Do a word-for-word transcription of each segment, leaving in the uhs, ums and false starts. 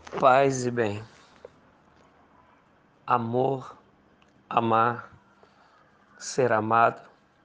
Paz e bem, amor, amar, ser amado.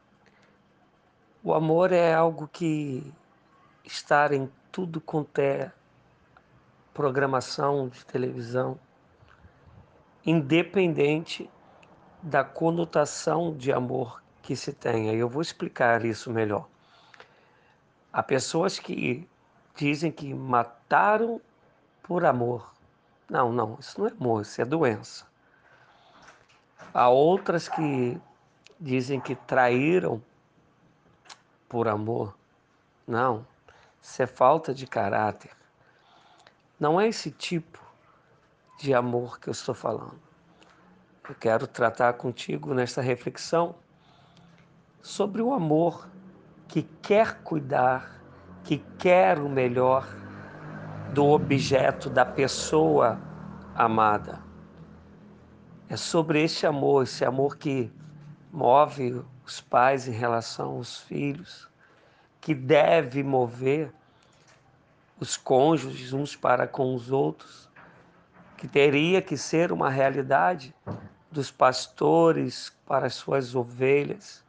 O amor é algo que está em tudo quanto é programação de televisão, independente da conotação de amor que se tenha. Eu vou explicar isso melhor. Há pessoas que dizem que mataram por amor. Não, não, isso não é amor, isso é doença. Há outras que dizem que traíram por amor. Não, isso é falta de caráter. Não é esse tipo de amor que eu estou falando. Eu quero tratar contigo nesta reflexão sobre o amor que quer cuidar, que quer o melhor do objeto, da pessoa amada. É sobre esse amor, esse amor que move os pais em relação aos filhos, que deve mover os cônjuges uns para com os outros, que teria que ser uma realidade dos pastores para as suas ovelhas.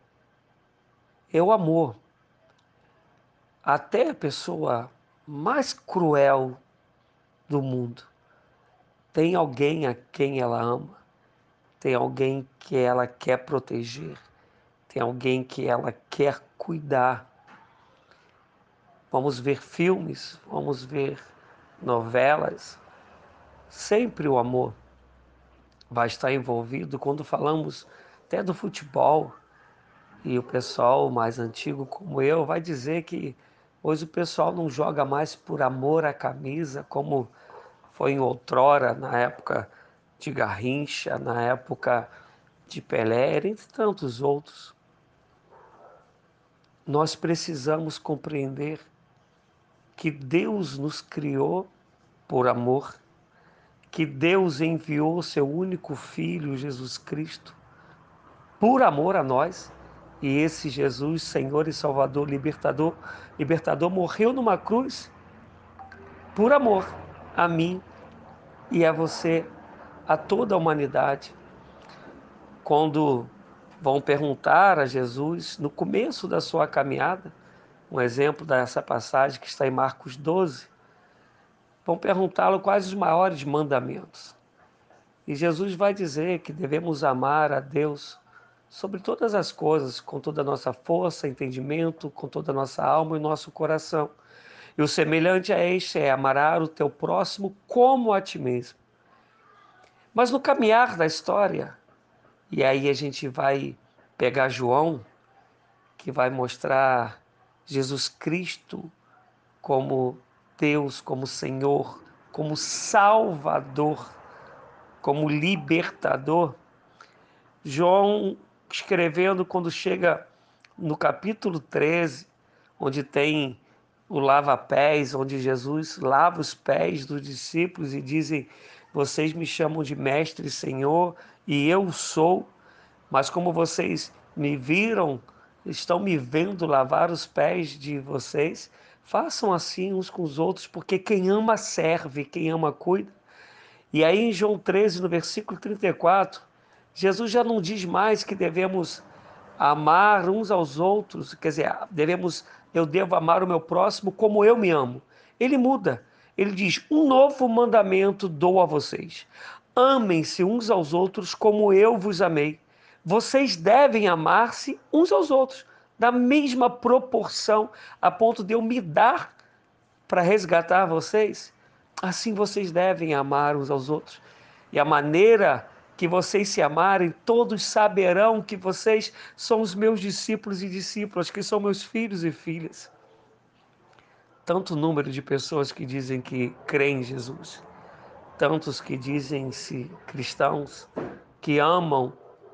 É o amor. Até a pessoa mais cruel do mundo tem alguém a quem ela ama, tem alguém que ela quer proteger, tem alguém que ela quer cuidar. Vamos ver filmes, vamos ver novelas, sempre o amor vai estar envolvido quando falamos até do futebol. E o pessoal mais antigo como eu vai dizer que hoje o pessoal não joga mais por amor à camisa, como foi em outrora, na época de Garrincha, na época de Pelé, entre tantos outros. Nós precisamos compreender que Deus nos criou por amor, que Deus enviou seu único Filho, Jesus Cristo, por amor a nós. E esse Jesus, Senhor e Salvador, libertador, libertador, morreu numa cruz por amor a mim e a você, a toda a humanidade. Quando vão perguntar a Jesus, no começo da sua caminhada, um exemplo dessa passagem que está em Marcos doze, vão perguntá-lo quais os maiores mandamentos. E Jesus vai dizer que devemos amar a Deus sobre todas as coisas, com toda a nossa força, entendimento, com toda a nossa alma e nosso coração. E o semelhante a este é amar o teu próximo como a ti mesmo. Mas no caminhar da história, e aí a gente vai pegar João, que vai mostrar Jesus Cristo como Deus, como Senhor, como Salvador, como libertador. João escrevendo quando chega no capítulo treze, onde tem o lava-pés, onde Jesus lava os pés dos discípulos e dizem: vocês me chamam de mestre e Senhor, e eu sou, mas como vocês me viram, estão me vendo lavar os pés de vocês, façam assim uns com os outros, porque quem ama serve, quem ama cuida. E aí em João treze, no versículo trinta e quatro, Jesus já não diz mais que devemos amar uns aos outros, quer dizer, devemos, eu devo amar o meu próximo como eu me amo. Ele muda. Ele diz: um novo mandamento dou a vocês. Amem-se uns aos outros como eu vos amei. Vocês devem amar-se uns aos outros, da mesma proporção, a ponto de eu me dar para resgatar vocês. Assim vocês devem amar uns aos outros. E a maneira que vocês se amarem, todos saberão que vocês são os meus discípulos e discípulas, que são meus filhos e filhas. Tanto número de pessoas que dizem que creem em Jesus, tantos que dizem-se cristãos, que amam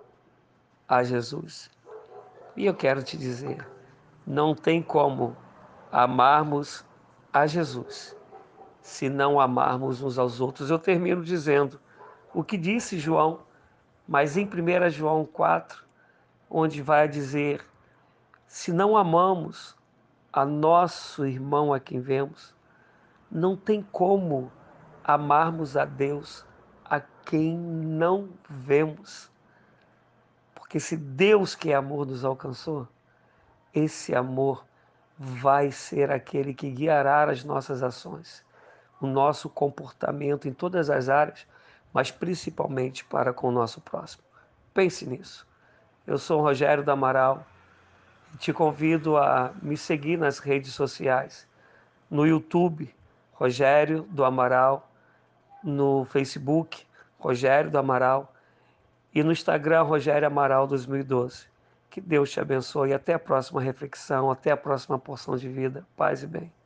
a Jesus. E eu quero te dizer, não tem como amarmos a Jesus se não amarmos uns aos outros. Eu termino dizendo o que disse João, mas em primeira João quatro, onde vai dizer: se não amamos a nosso irmão a quem vemos, não tem como amarmos a Deus a quem não vemos. Porque se Deus, que é amor, nos alcançou, esse amor vai ser aquele que guiará as nossas ações, o nosso comportamento em todas as áreas, mas principalmente para com o nosso próximo. Pense nisso. Eu sou o Rogério do Amaral e te convido a me seguir nas redes sociais. No YouTube, Rogério do Amaral, no Facebook, Rogério do Amaral, e no Instagram, Rogério Amaral dois mil e doze. Que Deus te abençoe e até a próxima reflexão, até a próxima porção de vida. Paz e bem.